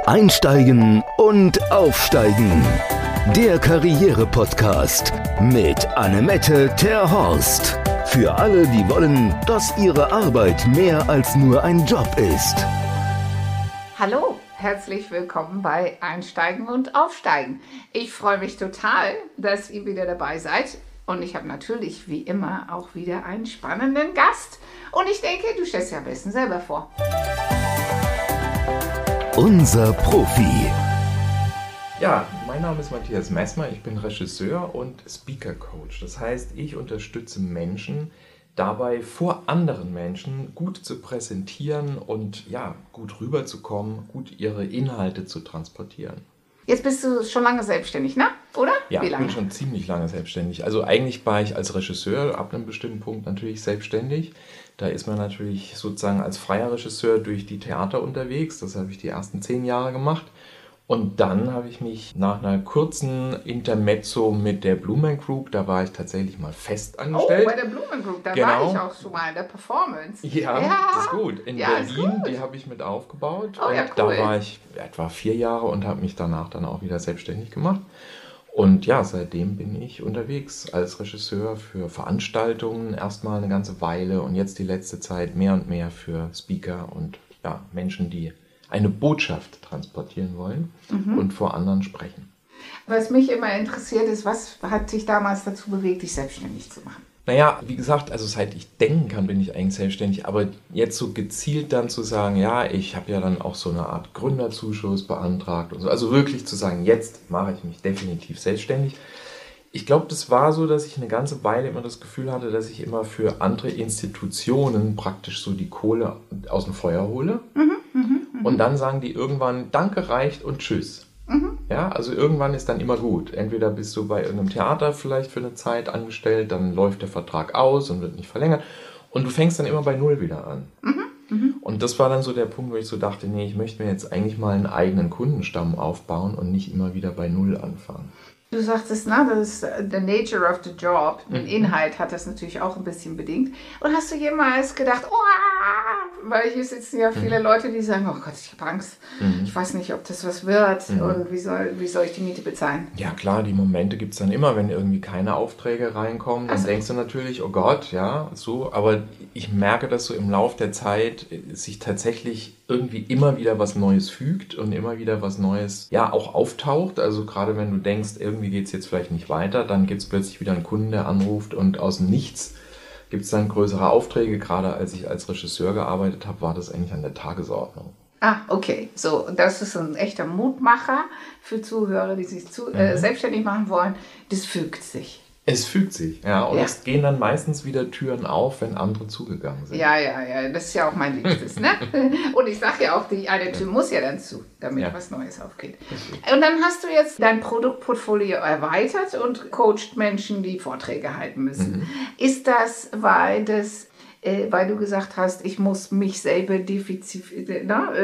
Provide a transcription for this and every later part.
Einsteigen und Aufsteigen. Der Karriere-Podcast mit Annemette Terhorst. Für alle, die wollen, dass ihre Arbeit mehr als nur ein Job ist. Hallo, herzlich willkommen bei Einsteigen und Aufsteigen. Ich freue mich total, dass ihr wieder dabei seid. Und ich habe natürlich, wie immer, auch wieder einen spannenden Gast. Und ich denke, du stellst ja am besten selber vor. Unser Profi. Ja, mein Name ist Matthias Messmer, ich bin Regisseur und Speaker Coach. Das heißt, ich unterstütze Menschen dabei, vor anderen Menschen gut zu präsentieren und ja, gut rüberzukommen, gut ihre Inhalte zu transportieren. Jetzt bist du schon lange selbstständig, ne? Oder? Ja, Wie lange? ich bin schon ziemlich lange selbstständig. Also eigentlich war ich als Regisseur ab einem bestimmten Punkt natürlich selbstständig. Da ist man natürlich sozusagen als freier Regisseur durch die Theater unterwegs. Das habe ich die ersten 10 Jahre gemacht. Und dann habe ich mich nach einer kurzen Intermezzo mit der Blumen Group, da war ich tatsächlich mal fest angestellt. Oh, bei der Blumen Group, da Genau. war ich auch schon mal in der Performance. Ja, das ist gut. In Berlin, die habe ich mit aufgebaut. Oh, ja, und cool. da war ich etwa 4 Jahre und habe mich danach dann auch wieder selbstständig gemacht. Und ja, seitdem bin ich unterwegs als Regisseur für Veranstaltungen erstmal eine ganze Weile und jetzt die letzte Zeit mehr und mehr für Speaker und ja, Menschen, die eine Botschaft transportieren wollen und vor anderen sprechen. Was mich immer interessiert ist, was hat dich damals dazu bewegt, dich selbstständig zu machen? Naja, wie gesagt, also seit ich denken kann, bin ich eigentlich selbstständig, aber jetzt so gezielt dann zu sagen, ja, ich habe ja dann auch so eine Art Gründerzuschuss beantragt und so, also wirklich zu sagen, jetzt mache ich mich definitiv selbstständig. Ich glaube, das war so, dass ich eine ganze Weile immer das Gefühl hatte, dass ich immer für andere Institutionen praktisch so die Kohle aus dem Feuer hole. Und dann sagen die irgendwann, danke reicht und tschüss. Ja, also irgendwann ist dann immer gut. Entweder bist du bei irgendeinem Theater vielleicht für eine Zeit angestellt, dann läuft der Vertrag aus und wird nicht verlängert. Und du fängst dann immer bei Null wieder an. Und das war dann so der Punkt, wo ich so dachte, nee, ich möchte mir jetzt eigentlich mal einen eigenen Kundenstamm aufbauen und nicht immer wieder bei Null anfangen. Du sagtest, na, das ist the nature of the job. Den Inhalt hat das natürlich auch ein bisschen bedingt. Und hast du jemals gedacht, oh, weil hier sitzen ja viele Leute, die sagen, oh Gott, ich habe Angst. Ich weiß nicht, ob das was wird und wie soll ich die Miete bezahlen? Ja klar, die Momente gibt es dann immer, wenn irgendwie keine Aufträge reinkommen. Dann denkst du natürlich, oh Gott, ja, so. Aber ich merke, dass so im Lauf der Zeit sich tatsächlich irgendwie immer wieder was Neues fügt und immer wieder was Neues, ja, auch auftaucht. Also gerade wenn du denkst, irgendwie geht es jetzt vielleicht nicht weiter, dann gibt es plötzlich wieder einen Kunden, der anruft und aus dem Nichts gibt es dann größere Aufträge. Gerade als ich als Regisseur gearbeitet habe, war das eigentlich an der Tagesordnung. Ah, okay. So, das ist ein echter Mutmacher für Zuhörer, die sich selbstständig machen wollen. Das fügt sich. Es fügt sich, ja. Und es gehen dann meistens wieder Türen auf, wenn andere zugegangen sind. Ja. Das ist ja auch mein Liebstes, ne? Und ich sage ja auch, die eine Tür muss ja dann zu, damit was Neues aufgeht. Und dann hast du jetzt dein Produktportfolio erweitert und coacht Menschen, die Vorträge halten müssen. Ist das, weil du gesagt hast, ich muss mich selber diversify,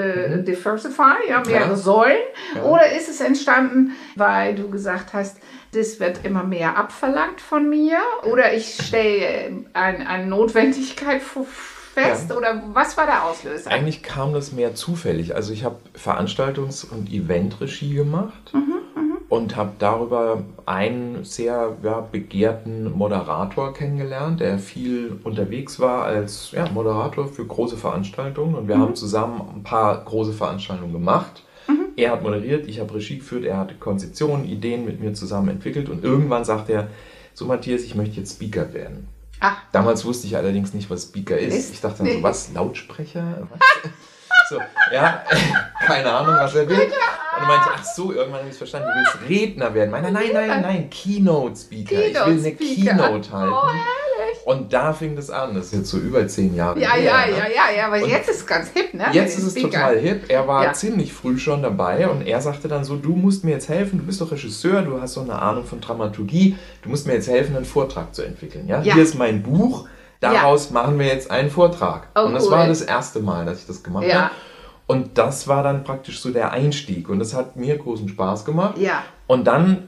ja, mehrere Säulen? Ja. Oder ist es entstanden, weil du gesagt hast, das wird immer mehr abverlangt von mir? Oder ich stelle eine Notwendigkeit fest? Ja. Oder was war der Auslöser? Eigentlich kam das mehr zufällig. Also ich habe Veranstaltungs- und Eventregie gemacht. Und habe darüber einen sehr begehrten Moderator kennengelernt, der viel unterwegs war als Moderator für große Veranstaltungen. Und wir haben zusammen ein paar große Veranstaltungen gemacht. Er hat moderiert, ich habe Regie geführt, er hat Konzeptionen, Ideen mit mir zusammen entwickelt. Und irgendwann sagt er, so Matthias, ich möchte jetzt Speaker werden. Ach. Damals wusste ich allerdings nicht, was Speaker ist. Ich dachte dann so, was, Lautsprecher? Was? So, ja, keine Ahnung, was er will. Und dann meinte ich, ach so, irgendwann habe ich es verstanden, du willst Redner werden. Nein, Keynote-Speaker. Ich will eine Keynote halten. Oh, herrlich. Und da fing das an, das ist jetzt so über 10 Jahre her. Ja, aber jetzt ist es ganz hip, ne? Jetzt ist es total hip. Er war ziemlich früh schon dabei und er sagte dann so, du musst mir jetzt helfen, du bist doch Regisseur, du hast so eine Ahnung von Dramaturgie, du musst mir jetzt helfen, einen Vortrag zu entwickeln. Ja? Hier ist mein Buch. Daraus machen wir jetzt einen Vortrag. Und das war das erste Mal, dass ich das gemacht habe. Und das war dann praktisch so der Einstieg. Und das hat mir großen Spaß gemacht. Ja. Und dann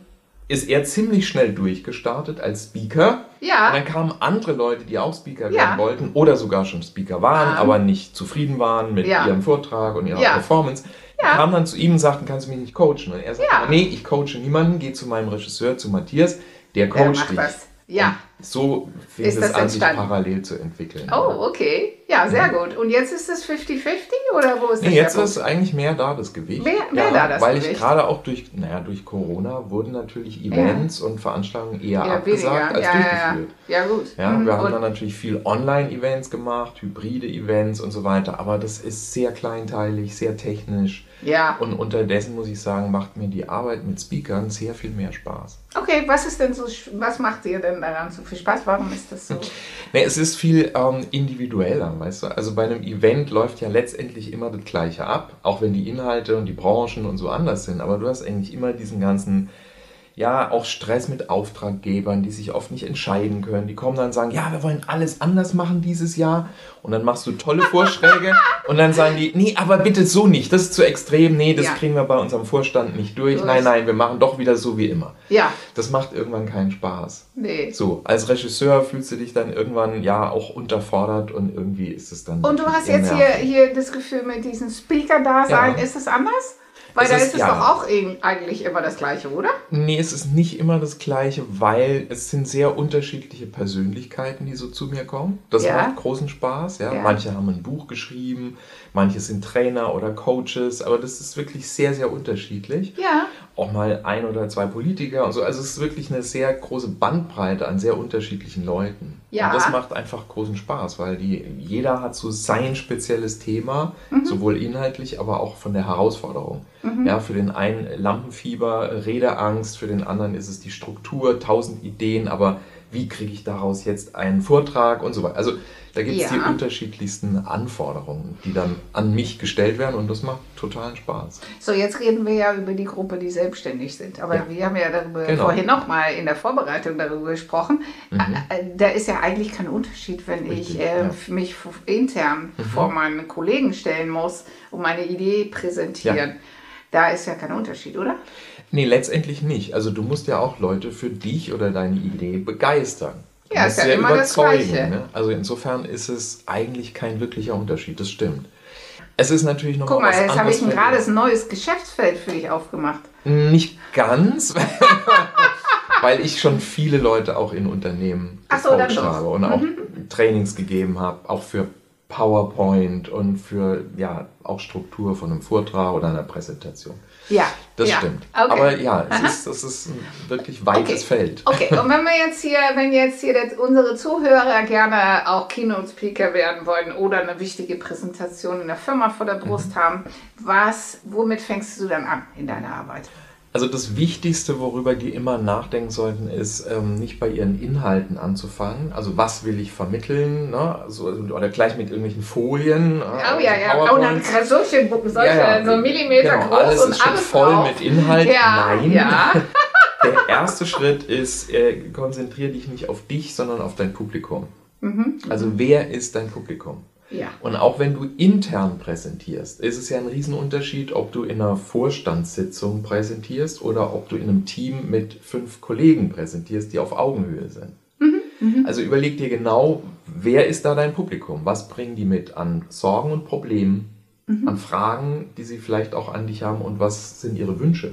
ist er ziemlich schnell durchgestartet als Speaker. Ja. Und dann kamen andere Leute, die auch Speaker werden wollten oder sogar schon Speaker waren, aber nicht zufrieden waren mit ihrem Vortrag und ihrer Performance. Die kamen dann zu ihm und sagten, kannst du mich nicht coachen? Und er sagte, nee, ich coache niemanden, geh zu meinem Regisseur, zu Matthias, der coacht dich. Ja. Und so fing es an, sich parallel zu entwickeln. Oh, okay. Ja, sehr gut. Und jetzt ist es 50-50 oder wo ist das? Jetzt ist eigentlich mehr da das Gewicht. Mehr da das weil Gewicht. Ich gerade auch durch Corona wurden natürlich Events und Veranstaltungen eher abgesagt als durchgeführt. Ja, gut. Ja, wir haben dann natürlich viel Online-Events gemacht, hybride Events und so weiter, aber das ist sehr kleinteilig, sehr technisch. Ja. Und unterdessen muss ich sagen, macht mir die Arbeit mit Speakern sehr viel mehr Spaß. Okay, was macht dir denn daran so viel Spaß? Warum ist das so? Es ist viel individueller, weißt du. Also bei einem Event läuft ja letztendlich immer das Gleiche ab, auch wenn die Inhalte und die Branchen und so anders sind. Aber du hast eigentlich immer diesen ganzen, auch Stress mit Auftraggebern, die sich oft nicht entscheiden können. Die kommen dann und sagen, wir wollen alles anders machen dieses Jahr. Und dann machst du tolle Vorschläge und dann sagen die, nee, aber bitte so nicht, das ist zu extrem, nee, das kriegen wir bei unserem Vorstand nicht durch. Nein, wir machen doch wieder so wie immer. Ja. Das macht irgendwann keinen Spaß. Nee. So, als Regisseur fühlst du dich dann irgendwann auch unterfordert und irgendwie ist es dann... Und du hast jetzt hier das Gefühl mit diesem Speaker-Dasein, ist es anders? Weil da ist es doch auch eigentlich immer das Gleiche, oder? Nee, es ist nicht immer das Gleiche, weil es sind sehr unterschiedliche Persönlichkeiten, die so zu mir kommen. Das macht großen Spaß. Ja? Manche haben ein Buch geschrieben, manche sind Trainer oder Coaches, aber das ist wirklich sehr, sehr unterschiedlich. Ja. Auch mal 1 oder 2 Politiker und so. Also es ist wirklich eine sehr große Bandbreite an sehr unterschiedlichen Leuten. Ja. Und das macht einfach großen Spaß, weil jeder hat so sein spezielles Thema, sowohl inhaltlich, aber auch von der Herausforderung. Ja, für den einen Lampenfieber, Redeangst, für den anderen ist es die Struktur, 1000 Ideen, aber wie kriege ich daraus jetzt einen Vortrag und so weiter. Also da gibt es die unterschiedlichsten Anforderungen, die dann an mich gestellt werden und das macht totalen Spaß. So, jetzt reden wir ja über die Gruppe, die selbstständig sind. Aber wir haben ja darüber vorhin nochmal in der Vorbereitung darüber gesprochen. Da ist ja eigentlich kein Unterschied, wenn ich mich intern vor meinen Kollegen stellen muss und meine Idee präsentieren. Ja. Da ist ja kein Unterschied, oder? Nee, letztendlich nicht. Also du musst ja auch Leute für dich oder deine Idee begeistern. Ja, ist ja immer das Gleiche. Ne? Also insofern ist es eigentlich kein wirklicher Unterschied, das stimmt. Es ist natürlich noch was anderes. Guck mal, jetzt habe ich gerade ein neues Geschäftsfeld für dich aufgemacht. Nicht ganz, weil ich schon viele Leute auch in Unternehmen gecoacht habe und auch Trainings gegeben habe, auch für PowerPoint und für auch Struktur von einem Vortrag oder einer Präsentation. Ja, das stimmt. Okay. Aber das ist ein wirklich weites Feld. Okay, und wenn jetzt hier unsere Zuhörer gerne auch Keynote-Speaker werden wollen oder eine wichtige Präsentation in der Firma vor der Brust haben, womit fängst du dann an in deiner Arbeit? Also das Wichtigste, worüber die immer nachdenken sollten, ist nicht bei ihren Inhalten anzufangen. Also was will ich vermitteln, ne? Oder gleich mit irgendwelchen Folien. Und dann solche so Millimeter groß alles und ist schon alles voll drauf. mit Inhalt. Nein. Ja. Der erste Schritt ist, konzentriere dich nicht auf dich, sondern auf dein Publikum. Also wer ist dein Publikum? Ja. Und auch wenn du intern präsentierst, ist es ja ein Riesenunterschied, ob du in einer Vorstandssitzung präsentierst oder ob du in einem Team mit 5 Kollegen präsentierst, die auf Augenhöhe sind. Also überleg dir genau, wer ist da dein Publikum? Was bringen die mit an Sorgen und Problemen, an Fragen, die sie vielleicht auch an dich haben und was sind ihre Wünsche?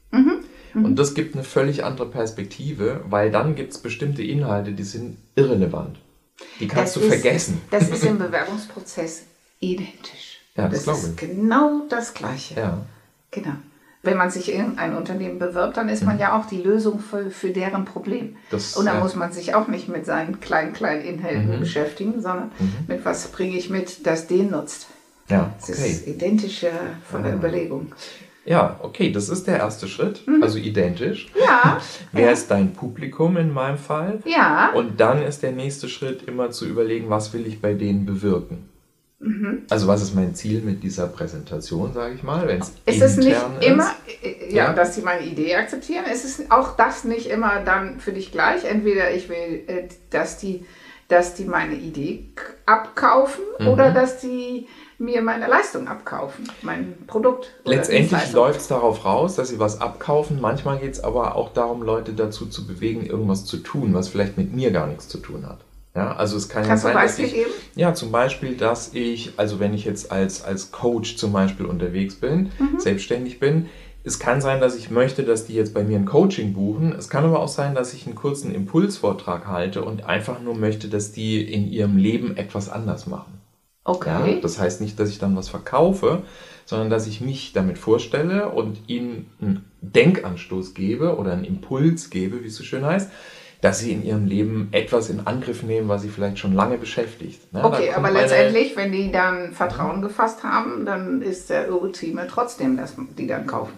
Und das gibt eine völlig andere Perspektive, weil dann gibt es bestimmte Inhalte, die sind irrelevant. Die kannst du vergessen. Das ist im Bewerbungsprozess identisch. Ja, das ist genau das Gleiche. Ja. Genau. Wenn man sich in ein Unternehmen bewirbt, dann ist man ja auch die Lösung für deren Problem. Und dann muss man sich auch nicht mit seinen kleinen Inhalten beschäftigen, sondern mit was bringe ich mit, das den nutzt. Ja, das ist identisch von der Überlegung. Ja, okay, das ist der erste Schritt, also identisch. Ja. Wer ist dein Publikum in meinem Fall? Ja. Und dann ist der nächste Schritt immer zu überlegen, was will ich bei denen bewirken? Also was ist mein Ziel mit dieser Präsentation, sage ich mal, wenn es intern ist. Ist es nicht immer, dass sie meine Idee akzeptieren, ist es auch das nicht immer dann für dich gleich? Entweder ich will, dass dass die meine Idee abkaufen oder dass die mir meine Leistung abkaufen, mein Produkt. Letztendlich läuft es darauf raus, dass sie was abkaufen. Manchmal geht es aber auch darum, Leute dazu zu bewegen, irgendwas zu tun, was vielleicht mit mir gar nichts zu tun hat. Ja, also es kann ja sein, dass ich, ja, zum Beispiel, dass ich, also wenn ich jetzt als Coach zum Beispiel unterwegs bin, selbstständig bin, es kann sein, dass ich möchte, dass die jetzt bei mir ein Coaching buchen. Es kann aber auch sein, dass ich einen kurzen Impulsvortrag halte und einfach nur möchte, dass die in ihrem Leben etwas anders machen. Okay. Ja, das heißt nicht, dass ich dann was verkaufe, sondern dass ich mich damit vorstelle und ihnen einen Denkanstoß gebe oder einen Impuls gebe, wie es so schön heißt, dass sie in ihrem Leben etwas in Angriff nehmen, was sie vielleicht schon lange beschäftigt. Ja, okay, aber letztendlich, wenn die dann Vertrauen gefasst haben, dann ist der Ultime trotzdem, dass die dann kaufen.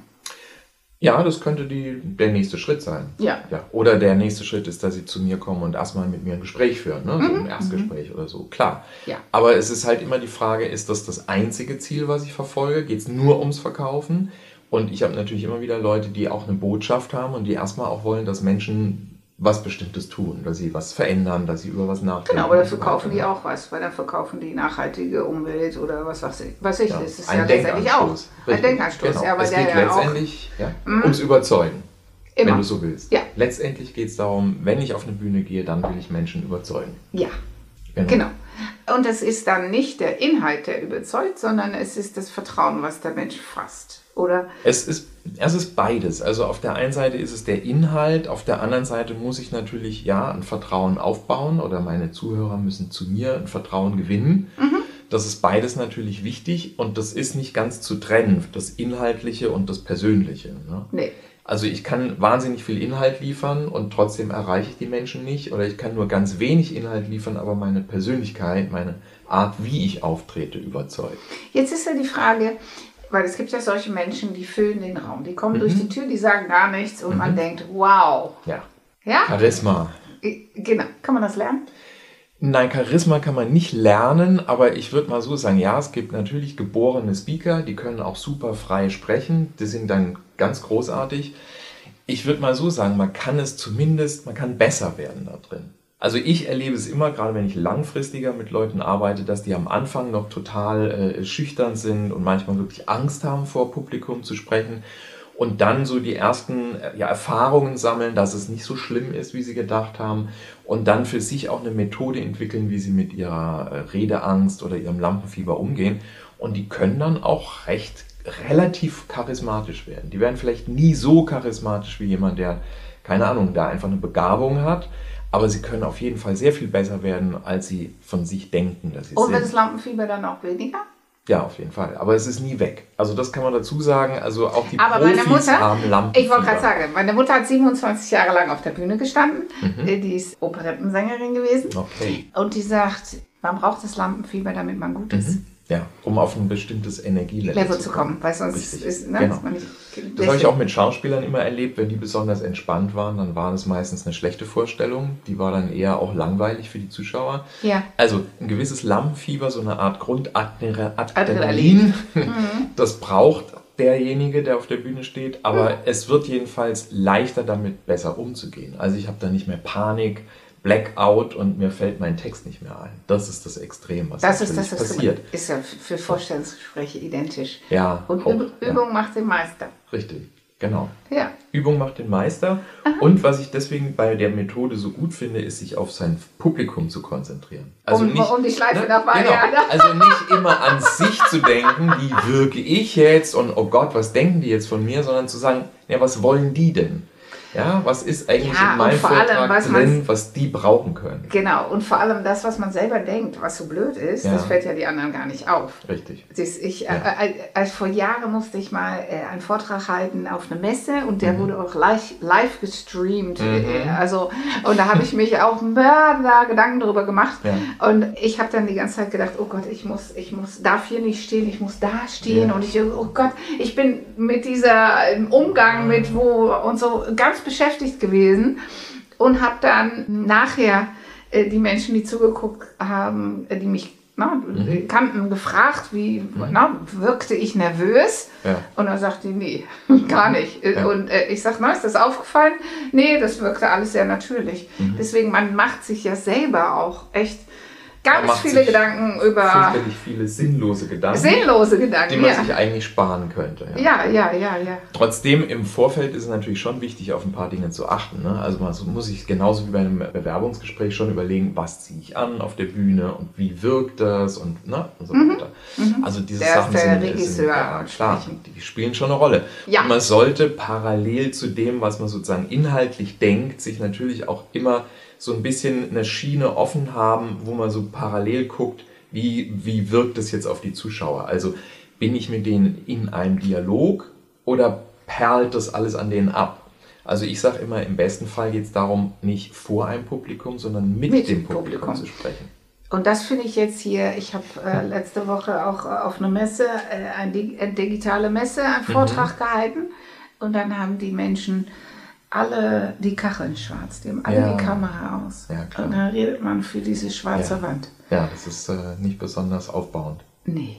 Ja, das könnte der nächste Schritt sein. Ja. Oder der nächste Schritt ist, dass sie zu mir kommen und erstmal mit mir ein Gespräch führen, ne? So ein Erstgespräch oder so, klar. Ja. Aber es ist halt immer die Frage, ist das einzige Ziel, was ich verfolge? Geht es nur ums Verkaufen? Und ich habe natürlich immer wieder Leute, die auch eine Botschaft haben und die erstmal auch wollen, dass Menschen was Bestimmtes tun, dass sie was verändern, dass sie über was nachdenken. Genau, aber dafür kaufen die auch was, weil dann verkaufen die nachhaltige Umwelt oder was weiß ich. Das ist ein ja letztendlich auch ein Denkanstoß. Genau. Ja, aber es geht letztendlich ums Überzeugen, immer. wenn du so willst. Ja. Letztendlich geht es darum, wenn ich auf eine Bühne gehe, dann will ich Menschen überzeugen. Ja, genau. Und es ist dann nicht der Inhalt, der überzeugt, sondern es ist das Vertrauen, was der Mensch fasst, oder? Es ist beides. Also auf der einen Seite ist es der Inhalt, auf der anderen Seite muss ich natürlich ein Vertrauen aufbauen oder meine Zuhörer müssen zu mir ein Vertrauen gewinnen. Das ist beides natürlich wichtig und das ist nicht ganz zu trennen, das Inhaltliche und das Persönliche. Ne? Nee. Also ich kann wahnsinnig viel Inhalt liefern und trotzdem erreiche ich die Menschen nicht. Oder ich kann nur ganz wenig Inhalt liefern, aber meine Persönlichkeit, meine Art, wie ich auftrete, überzeugt. Jetzt ist ja die Frage, weil es gibt ja solche Menschen, die füllen den Raum. Die kommen durch die Tür, die sagen gar nichts und man denkt, wow. Ja. Ja? Charisma. Genau. Kann man das lernen? Nein, Charisma kann man nicht lernen, aber ich würde mal so sagen, ja, es gibt natürlich geborene Speaker, die können auch super frei sprechen, die sind dann ganz großartig. Ich würde mal so sagen, man kann besser werden da drin. Also ich erlebe es immer, gerade wenn ich langfristiger mit Leuten arbeite, dass die am Anfang noch total schüchtern sind und manchmal wirklich Angst haben, vor Publikum zu sprechen. Und dann so die ersten Erfahrungen sammeln, dass es nicht so schlimm ist, wie sie gedacht haben. Und dann für sich auch eine Methode entwickeln, wie sie mit ihrer Redeangst oder ihrem Lampenfieber umgehen. Und die können dann auch relativ charismatisch werden. Die werden vielleicht nie so charismatisch wie jemand, der, keine Ahnung, da einfach eine Begabung hat. Aber sie können auf jeden Fall sehr viel besser werden, als sie von sich denken, dass sie sind. Und wird das Lampenfieber dann auch weniger? Ja, auf jeden Fall. Aber es ist nie weg. Also das kann man dazu sagen. Also auch die aber Profis meine Mutter, haben Lampenfieber. Ich wollte gerade sagen, meine Mutter hat 27 Jahre lang auf der Bühne gestanden. Die ist Operettensängerin gewesen. Okay. Und die sagt, man braucht das Lampenfieber, damit man gut ist. Ja, um auf ein bestimmtes Energielevel zu kommen. Weil sonst ist, ne, genau. ist man nicht. Das habe ich auch mit Schauspielern immer erlebt. Wenn die besonders entspannt waren, dann war das meistens eine schlechte Vorstellung. Die war dann eher auch langweilig für die Zuschauer. Ja. Also ein gewisses Lampenfieber, so eine Art Grundadrenalin, das braucht derjenige, der auf der Bühne steht. Aber es wird jedenfalls leichter, damit besser umzugehen. Also ich habe da nicht mehr Panik, Blackout und mir fällt mein Text nicht mehr ein. Das ist das Extrem, was passiert. Ist ja für Vorstellungsgespräche identisch. Ja. Und Übung macht den Meister. Richtig, genau. Ja. Übung macht den Meister. Und was ich deswegen bei der Methode so gut finde, ist, sich auf sein Publikum zu konzentrieren. Also nicht, die Schleife dabei. Genau. Also nicht immer an sich zu denken, wie wirke ich jetzt und oh Gott, was denken die jetzt von mir, sondern zu sagen, ja, was wollen die denn? Ja, was ist eigentlich in meinem Vortrag drin, was die brauchen können? Genau, und vor allem das, was man selber denkt, was so blöd ist, das fällt ja die anderen gar nicht auf. Richtig. Vor Jahren musste ich mal einen Vortrag halten auf einer Messe und der wurde auch live gestreamt. Und da habe ich mich auch Gedanken darüber gemacht. Ja. Und ich habe dann die ganze Zeit gedacht, oh Gott, ich darf hier nicht stehen, ich muss da stehen. Ja. Und oh Gott, ich bin mit dieser Umgang mit und so ganz beschäftigt gewesen und habe dann nachher die Menschen, die zugeguckt haben, die mich Kanten gefragt, wirkte ich nervös? Ja. Und dann sagte die, nee, gar nicht. Ja. Und ich sage, ist das aufgefallen? Nee, das wirkte alles sehr natürlich. Deswegen, man macht sich ja selber auch echt ganz viele Gedanken über... Fürchterlich viele sinnlose Gedanken. Die man sich eigentlich sparen könnte. Ja. Trotzdem, im Vorfeld ist es natürlich schon wichtig, auf ein paar Dinge zu achten. Ne? Also man muss sich genauso wie bei einem Bewerbungsgespräch schon überlegen, was ziehe ich an auf der Bühne und wie wirkt das und so weiter. Also diese Sachen sind klar, die spielen schon eine Rolle. Ja. Und man sollte parallel zu dem, was man sozusagen inhaltlich denkt, sich natürlich auch immer so ein bisschen eine Schiene offen haben, wo man so parallel guckt, wie wirkt es jetzt auf die Zuschauer. Also bin ich mit denen in einem Dialog oder perlt das alles an denen ab? Also ich sage immer, im besten Fall geht es darum, nicht vor einem Publikum, sondern mit dem Publikum zu sprechen. Und das finde ich jetzt hier, ich habe letzte Woche auch auf einer Messe, eine digitale Messe, einen Vortrag gehalten und dann haben die Menschen alle die Kacheln schwarz, die haben alle die Kamera aus. Ja, klar. Und dann redet man für diese schwarze Wand. Ja, das ist nicht besonders aufbauend. Nee.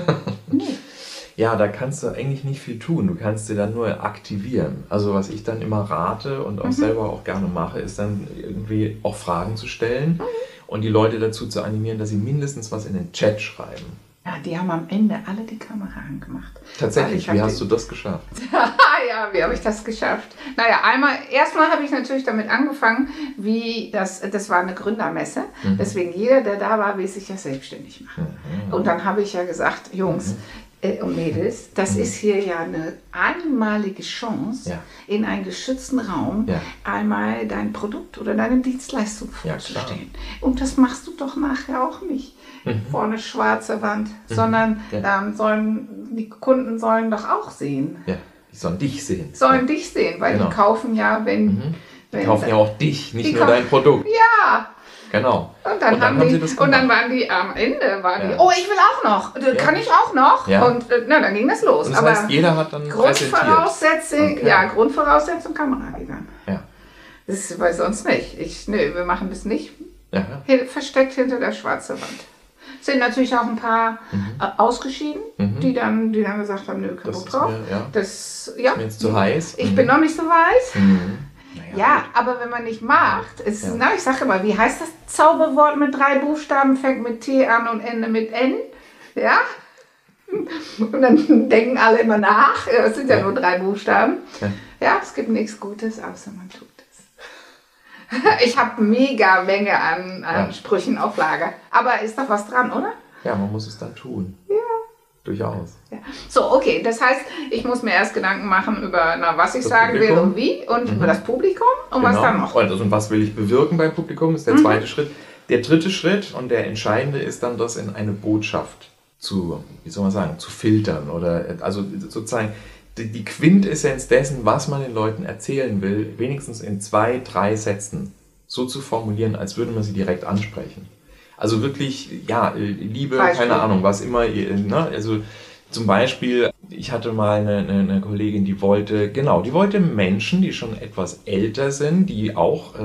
Ja, da kannst du eigentlich nicht viel tun. Du kannst sie dann nur aktivieren. Also was ich dann immer rate und auch selber auch gerne mache, ist dann irgendwie auch Fragen zu stellen und die Leute dazu zu animieren, dass sie mindestens was in den Chat schreiben. Ja, die haben am Ende alle die Kamera angemacht. Tatsächlich, wie hast du das geschafft? Ja, wie habe ich das geschafft? Naja, erstmal habe ich natürlich damit angefangen, das war eine Gründermesse, deswegen jeder, der da war, will sich ja selbstständig machen. Und dann habe ich ja gesagt, Jungs und Mädels, das ist hier ja eine einmalige Chance, in einem geschützten Raum einmal dein Produkt oder deine Dienstleistung vorzustellen. Und das machst du doch nachher auch nicht. Vor eine schwarze Wand, sondern die Kunden sollen doch auch sehen. Ja, die sollen dich sehen. Dich sehen, weil die kaufen ja, die kaufen ja auch dich, nicht nur dein Produkt. Ja. Genau. Und dann waren die am Ende, oh, ich will auch noch, kann ich auch noch? Ja. Und dann ging das los. Und das heißt, jeder hat dann Grundvoraussetzung, Grundvoraussetzung Kamera gegangen. Ja. Das ist bei sonst nicht. Wir machen das nicht versteckt hinter der schwarzen Wand. Sind natürlich auch ein paar ausgeschieden, die dann gesagt haben, nö, kein Bock drauf. Ist mir jetzt zu heiß. Ich bin noch nicht so weiß. Ja, aber wenn man nicht macht, ich sage immer, wie heißt das Zauberwort mit 3 Buchstaben, fängt mit T an und endet mit N? Ja? Und dann denken alle immer nach, es sind ja nur 3 Buchstaben. Ja, es gibt nichts Gutes, außer man tut es. Ich habe mega Menge an Sprüchen auf Lager. Aber ist doch was dran, oder? Ja, man muss es dann tun. Ja. Durchaus. Ja. So, okay, das heißt, ich muss mir erst Gedanken machen über, was ich sagen will und wie und über das Publikum und was dann noch. Und was will ich bewirken beim Publikum, ist der zweite Schritt. Der dritte Schritt und der entscheidende ist dann, das in eine Botschaft zu filtern oder also sozusagen die Quintessenz dessen, was man den Leuten erzählen will, wenigstens in 2, 3 Sätzen so zu formulieren, als würde man sie direkt ansprechen. Also wirklich, Liebe, Beispiel. Keine Ahnung, was immer, also zum Beispiel, ich hatte mal eine Kollegin, die wollte Menschen, die schon etwas älter sind, die auch,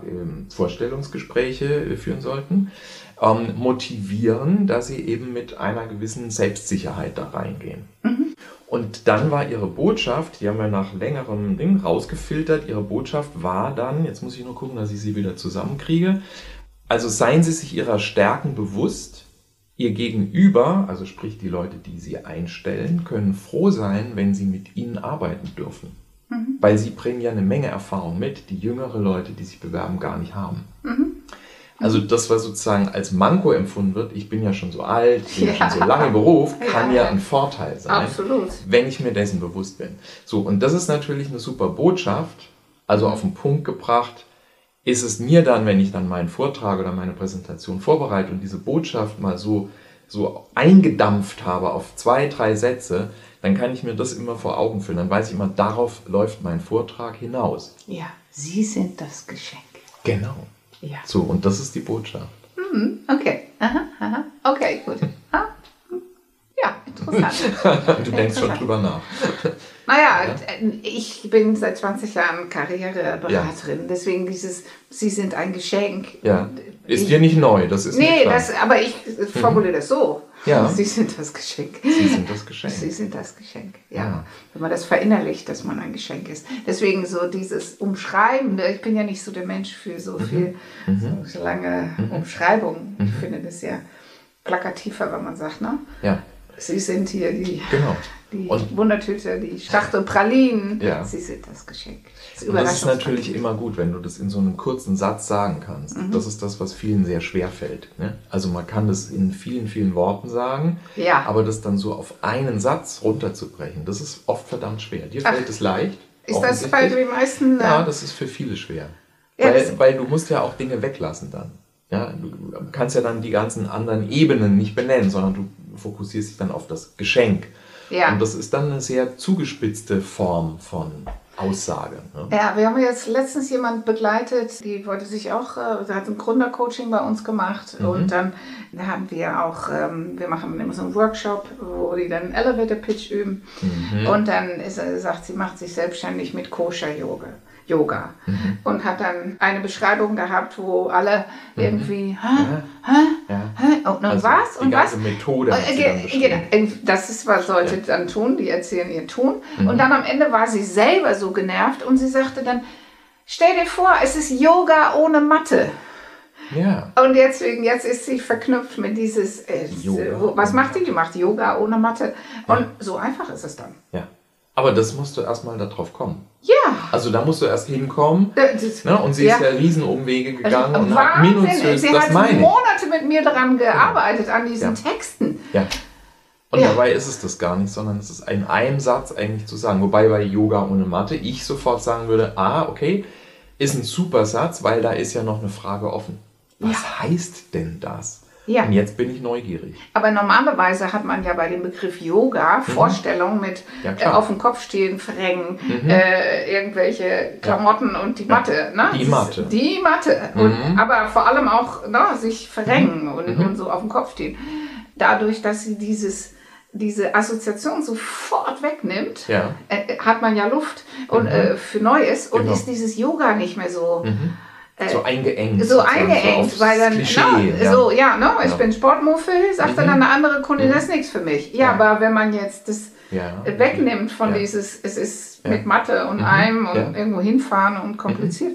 Vorstellungsgespräche führen sollten, motivieren, dass sie eben mit einer gewissen Selbstsicherheit da reingehen. Und dann war ihre Botschaft, die haben wir nach längerem Ding rausgefiltert, ihre Botschaft war dann, jetzt muss ich nur gucken, dass ich sie wieder zusammenkriege, also seien Sie sich Ihrer Stärken bewusst, Ihr Gegenüber, also sprich die Leute, die Sie einstellen, können froh sein, wenn Sie mit Ihnen arbeiten dürfen. Weil Sie bringen ja eine Menge Erfahrung mit, die jüngere Leute, die sich bewerben, gar nicht haben. Also das, was sozusagen als Manko empfunden wird, ich bin ja schon so alt, ich bin ja schon so lange im Beruf, kann ja ein Vorteil sein, absolut, wenn ich mir dessen bewusst bin. So, und das ist natürlich eine super Botschaft, also auf den Punkt gebracht, ist es mir dann, wenn ich dann meinen Vortrag oder meine Präsentation vorbereite und diese Botschaft mal so eingedampft habe auf 2, 3 Sätze, dann kann ich mir das immer vor Augen führen. Dann weiß ich immer, darauf läuft mein Vortrag hinaus. Ja, Sie sind das Geschenk. Genau. Ja. So, und das ist die Botschaft. Okay. Aha. Okay, gut. Ja, interessant. Du denkst schon drüber nach. Naja, ich bin seit 20 Jahren Karriereberaterin, deswegen Sie sind ein Geschenk. Ja. Ist dir nicht neu, das ist nicht klar. Aber ich formuliere das so. Ja. Sie sind das Geschenk. Sie sind das Geschenk. Sie sind das Geschenk, ja. Wenn man das verinnerlicht, dass man ein Geschenk ist. Deswegen so dieses Umschreiben, ich bin ja nicht so der Mensch für so viel, so lange Umschreibung. Ich finde das sehr plakativer, wenn man sagt, ne? Ja. Sie sind hier die Und Wundertüte, die Schachtel Pralinen. Ja. Sie sind das Geschenk. Und das ist natürlich immer gut, wenn du das in so einem kurzen Satz sagen kannst. Das ist das, was vielen sehr schwer fällt. Ne? Also man kann das in vielen, vielen Worten sagen, aber das dann so auf einen Satz runterzubrechen, das ist oft verdammt schwer. Dir fällt es leicht. Ist das bei den meisten? Ja, das ist für viele schwer. Ja, weil du musst ja auch Dinge weglassen dann. Ja, du kannst ja dann die ganzen anderen Ebenen nicht benennen, sondern du fokussierst dich dann auf das Geschenk. Ja. Und das ist dann eine sehr zugespitzte Form von Aussage. Ne? Ja, wir haben jetzt letztens jemand begleitet, die wollte sich auch, hat ein Gründercoaching bei uns gemacht und dann haben wir auch, wir machen immer so einen Workshop, wo die dann Elevator Pitch üben und dann sagt sie, macht sich selbstständig mit Koscher-Yoga. Und hat dann eine Beschreibung gehabt, wo alle irgendwie und Also was und die ganze was. Methode hat sie dann beschrieben. Das ist, was Leute dann tun, die erzählen ihr Tun. Und dann am Ende war sie selber so genervt und sie sagte dann, stell dir vor, es ist Yoga ohne Matte. Ja. Und jetzt ist sie verknüpft mit dieses, was macht die? Die macht Yoga ohne Matte. Und so einfach ist es dann. Ja. Aber das musst du erstmal darauf kommen. Ja. Also da musst du erst hinkommen. Ne? Und sie ist ja Riesenumwege gegangen und hat minutiös, sie hat Monate mit mir daran gearbeitet, an diesen Texten. Ja. Und dabei ist es das gar nicht, sondern es ist in einem Satz eigentlich zu sagen. Wobei bei Yoga ohne Matte ich sofort sagen würde, okay, ist ein super Satz, weil da ist ja noch eine Frage offen. Was heißt denn das? Ja. Und jetzt bin ich neugierig. Aber normalerweise hat man ja bei dem Begriff Yoga Vorstellungen mit auf dem Kopf stehen, Frängen, irgendwelche Klamotten und die Matte. Ne? Die Matte. Und, aber vor allem auch sich verrenken und so auf dem Kopf stehen. Dadurch, dass sie diese Assoziation sofort wegnimmt, hat man ja Luft und, für Neues und ist dieses Yoga nicht mehr so... So eingeengt. So eingeengt, weil dann, Klischee, ich bin Sportmuffel, sagt dann eine andere Kunde, das ist nichts für mich. Ja, aber wenn man jetzt das wegnimmt von dieses, es ist mit Mathe und einem und irgendwo hinfahren und kompliziert,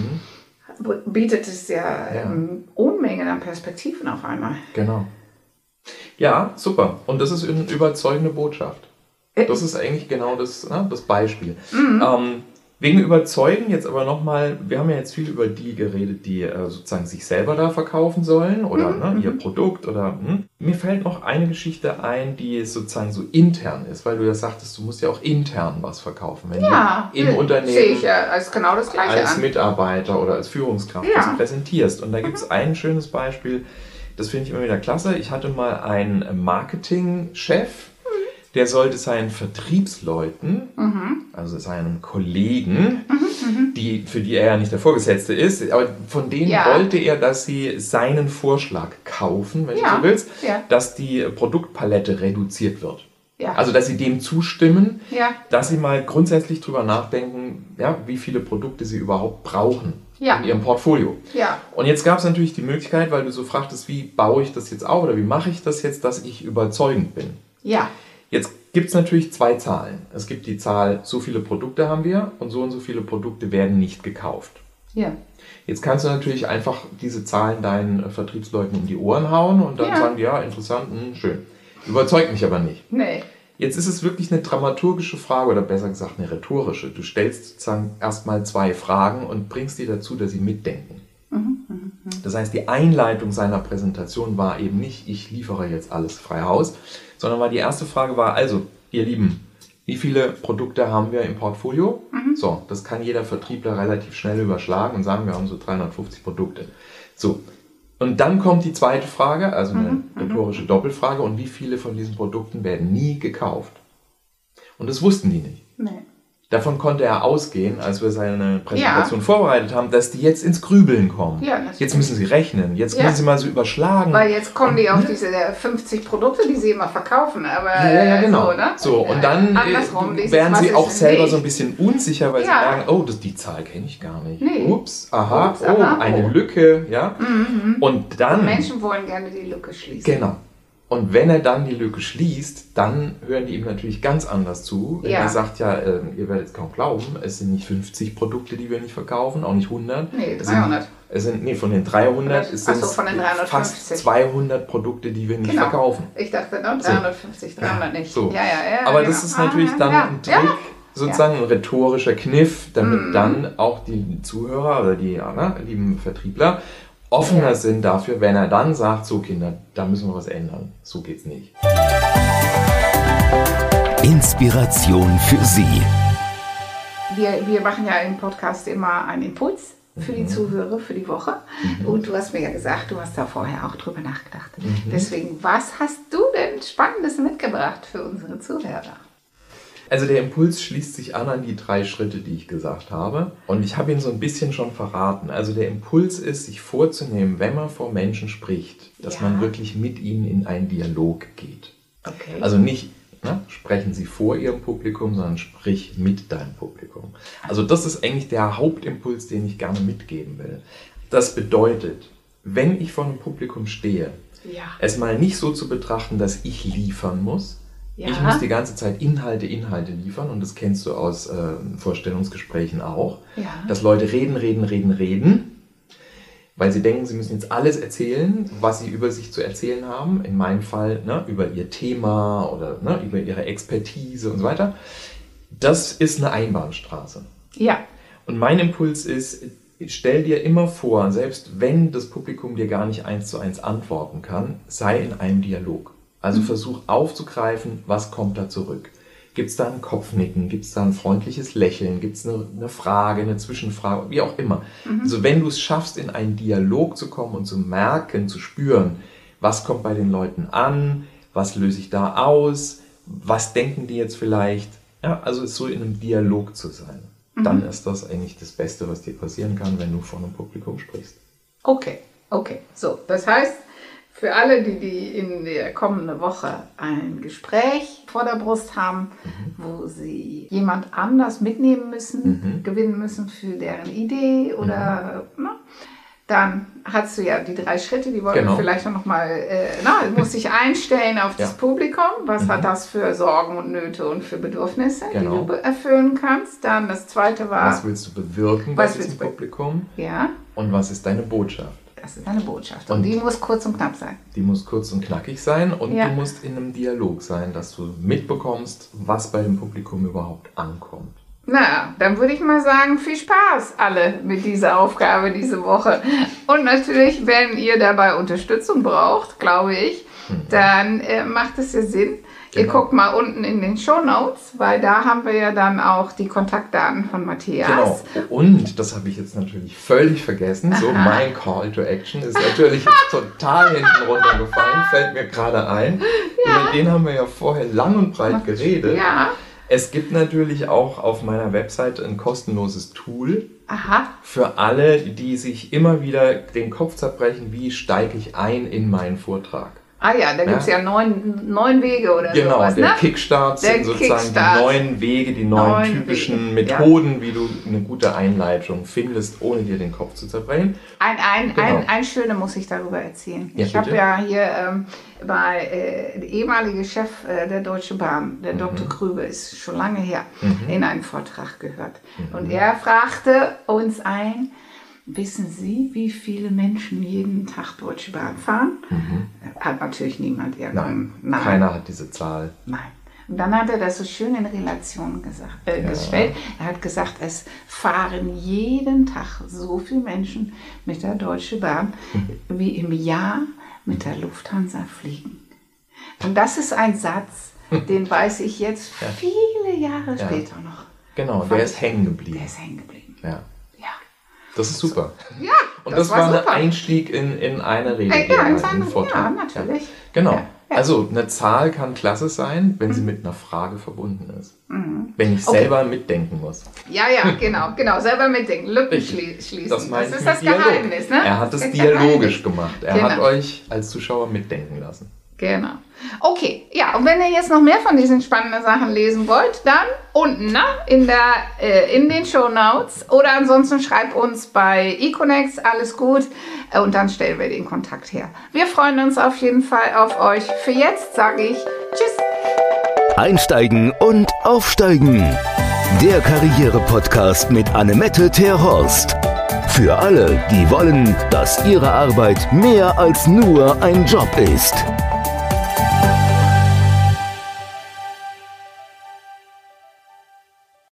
bietet es Unmengen an Perspektiven auf einmal. Genau. Ja, super. Und das ist eine überzeugende Botschaft. Das ist eigentlich genau das Beispiel. Wegen Überzeugen jetzt aber nochmal, wir haben ja jetzt viel über die geredet, die sozusagen sich selber da verkaufen sollen oder ihr Produkt oder mir fällt noch eine Geschichte ein, die sozusagen so intern ist, weil du ja sagtest, du musst ja auch intern was verkaufen. Wenn du im Unternehmen sehe ich ja als genau das Gleiche als Mitarbeiter oder als Führungskraft das präsentierst. Und da gibt es ein schönes Beispiel, das finde ich immer wieder klasse. Ich hatte mal einen Marketingchef, der sollte seinen Vertriebsleuten, also seinen Kollegen, für die er ja nicht der Vorgesetzte ist, aber von denen wollte er, dass sie seinen Vorschlag kaufen, wenn du so willst, dass die Produktpalette reduziert wird. Ja. Also, dass sie dem zustimmen, dass sie mal grundsätzlich drüber nachdenken, wie viele Produkte sie überhaupt brauchen in ihrem Portfolio. Ja. Und jetzt gab es natürlich die Möglichkeit, weil du so fragtest, wie baue ich das jetzt auf oder wie mache ich das jetzt, dass ich überzeugend bin. Ja. Jetzt gibt es natürlich zwei Zahlen. Es gibt die Zahl, so viele Produkte haben wir und so viele Produkte werden nicht gekauft. Ja. Jetzt kannst du natürlich einfach diese Zahlen deinen Vertriebsleuten um die Ohren hauen und dann sagen die, interessant, schön. Überzeugt mich aber nicht. Nee. Jetzt ist es wirklich eine dramaturgische Frage oder besser gesagt eine rhetorische. Du stellst sozusagen erstmal zwei Fragen und bringst die dazu, dass sie mitdenken. Das heißt, die Einleitung seiner Präsentation war eben nicht, ich liefere jetzt alles frei Haus, sondern die erste Frage war, also, ihr Lieben, wie viele Produkte haben wir im Portfolio? So, das kann jeder Vertriebler relativ schnell überschlagen und sagen, wir haben so 350 Produkte. So, und dann kommt die zweite Frage, also eine rhetorische Doppelfrage, und wie viele von diesen Produkten werden nie gekauft? Und das wussten die nicht. Nee. Davon konnte er ausgehen, als wir seine Präsentation vorbereitet haben, dass die jetzt ins Grübeln kommen. Ja, jetzt müssen sie rechnen, jetzt müssen sie mal so überschlagen. Weil jetzt kommen die auf diese 50 Produkte, die sie immer verkaufen. Aber ja, genau. Und dann werden sie auch selber so ein bisschen unsicher, weil sie sagen, oh, die Zahl kenne ich gar nicht. Nee. Ups, eine Lücke. Ja? Und dann... Menschen wollen gerne die Lücke schließen. Genau. Und wenn er dann die Lücke schließt, dann hören die ihm natürlich ganz anders zu. Er sagt ihr werdet es kaum glauben, es sind nicht 50 Produkte, die wir nicht verkaufen, auch nicht 100. Nee, 300. Von den 300 sind es fast 200 Produkte, die wir nicht verkaufen. Ich dachte noch 350, 300 nicht. So. Aber das ist natürlich dann ein Trick, sozusagen ein rhetorischer Kniff, damit dann auch die Zuhörer oder die lieben Vertriebler offener sind dafür, wenn er dann sagt, so Kinder, da müssen wir was ändern. So geht's nicht. Inspiration für Sie. Wir machen ja im Podcast immer einen Impuls für die Zuhörer, für die Woche. Und du hast mir ja gesagt, du hast da vorher auch drüber nachgedacht. Deswegen, was hast du denn Spannendes mitgebracht für unsere Zuhörer? Also der Impuls schließt sich an die 3 Schritte, die ich gesagt habe. Und ich habe ihn so ein bisschen schon verraten. Also der Impuls ist, sich vorzunehmen, wenn man vor Menschen spricht, dass man wirklich mit ihnen in einen Dialog geht. Okay. Also nicht sprechen Sie vor Ihrem Publikum, sondern sprich mit deinem Publikum. Also das ist eigentlich der Hauptimpuls, den ich gerne mitgeben will. Das bedeutet, wenn ich vor einem Publikum stehe, es mal nicht so zu betrachten, dass ich liefern muss. Ich muss die ganze Zeit Inhalte liefern und das kennst du aus Vorstellungsgesprächen auch, dass Leute reden, weil sie denken, sie müssen jetzt alles erzählen, was sie über sich zu erzählen haben, in meinem Fall über ihr Thema oder über ihre Expertise und so weiter. Das ist eine Einbahnstraße. Ja. Und mein Impuls ist, stell dir immer vor, selbst wenn das Publikum dir gar nicht 1:1 antworten kann, sei in einem Dialog. Also versuch aufzugreifen, was kommt da zurück. Gibt es da ein Kopfnicken, gibt es da ein freundliches Lächeln, gibt es eine Frage, eine Zwischenfrage, wie auch immer. Also wenn du es schaffst, in einen Dialog zu kommen und zu merken, zu spüren, was kommt bei den Leuten an, was löse ich da aus, was denken die jetzt vielleicht, also so in einem Dialog zu sein. Dann ist das eigentlich das Beste, was dir passieren kann, wenn du vor einem Publikum sprichst. Okay. So, das heißt, für alle, die in der kommenden Woche ein Gespräch vor der Brust haben, wo sie jemand anders mitnehmen müssen, gewinnen müssen für deren Idee oder dann hast du ja die 3 Schritte, die wollen wir vielleicht noch mal, muss sich einstellen auf das Publikum, was hat das für Sorgen und Nöte und für Bedürfnisse, die du erfüllen kannst. Dann das zweite war... Was willst du bewirken bei diesem Publikum? Ja. Und was ist deine Botschaft? Das ist eine Botschaft. Und die muss kurz und knapp sein. Die muss kurz und knackig sein und du musst in einem Dialog sein, dass du mitbekommst, was bei dem Publikum überhaupt ankommt. Na, dann würde ich mal sagen, viel Spaß alle mit dieser Aufgabe diese Woche. Und natürlich, wenn ihr dabei Unterstützung braucht, glaube ich, dann macht es ja Sinn. Ihr guckt mal unten in den Shownotes, weil da haben wir ja dann auch die Kontaktdaten von Matthias. Genau. Und, das habe ich jetzt natürlich völlig vergessen, so mein Call to Action ist natürlich total hinten runtergefallen, fällt mir gerade ein. Über den haben wir ja vorher lang und breit geredet. Ja. Es gibt natürlich auch auf meiner Website ein kostenloses Tool für alle, die sich immer wieder den Kopf zerbrechen, wie steige ich ein in meinen Vortrag. Da gibt es ja 9 Wege oder sowas, der Kickstart sind sozusagen die 9 Wege, die 9 typischen Methoden, wie du eine gute Einleitung findest, ohne dir den Kopf zu zerbrechen. Ein Schöne muss ich darüber erzählen. Ich habe ja hier der ehemalige Chef der Deutschen Bahn, der Dr. Krübe, ist schon lange her, in einem Vortrag gehört. Und er fragte uns ein, wissen Sie, wie viele Menschen jeden Tag Deutsche Bahn fahren? Hat natürlich niemand irgendwann. Nein, keiner hat diese Zahl. Nein. Und dann hat er das so schön in Relation gestellt. Er hat gesagt, es fahren jeden Tag so viele Menschen mit der Deutschen Bahn, wie im Jahr mit der Lufthansa fliegen. Und das ist ein Satz, den weiß ich jetzt viele Jahre später noch. Genau, der ist hängen geblieben. Ja. Das ist super. Und das war ein Einstieg in eine Rede. Ja, natürlich. Genau. Ja. Also eine Zahl kann klasse sein, wenn sie mit einer Frage verbunden ist. Wenn ich selber mitdenken muss. Ja, genau. Selber mitdenken, Lücken schließen. Das ist das Geheimnis, ne? Er hat es dialogisch gemacht. Er hat euch als Zuschauer mitdenken lassen. Genau. Okay, ja, und wenn ihr jetzt noch mehr von diesen spannenden Sachen lesen wollt, dann unten in den Shownotes oder ansonsten schreibt uns bei eConnex, alles gut, und dann stellen wir den Kontakt her. Wir freuen uns auf jeden Fall auf euch. Für jetzt sage ich Tschüss. Einsteigen und aufsteigen. Der Karriere-Podcast mit Annemette Terhorst. Für alle, die wollen, dass ihre Arbeit mehr als nur ein Job ist.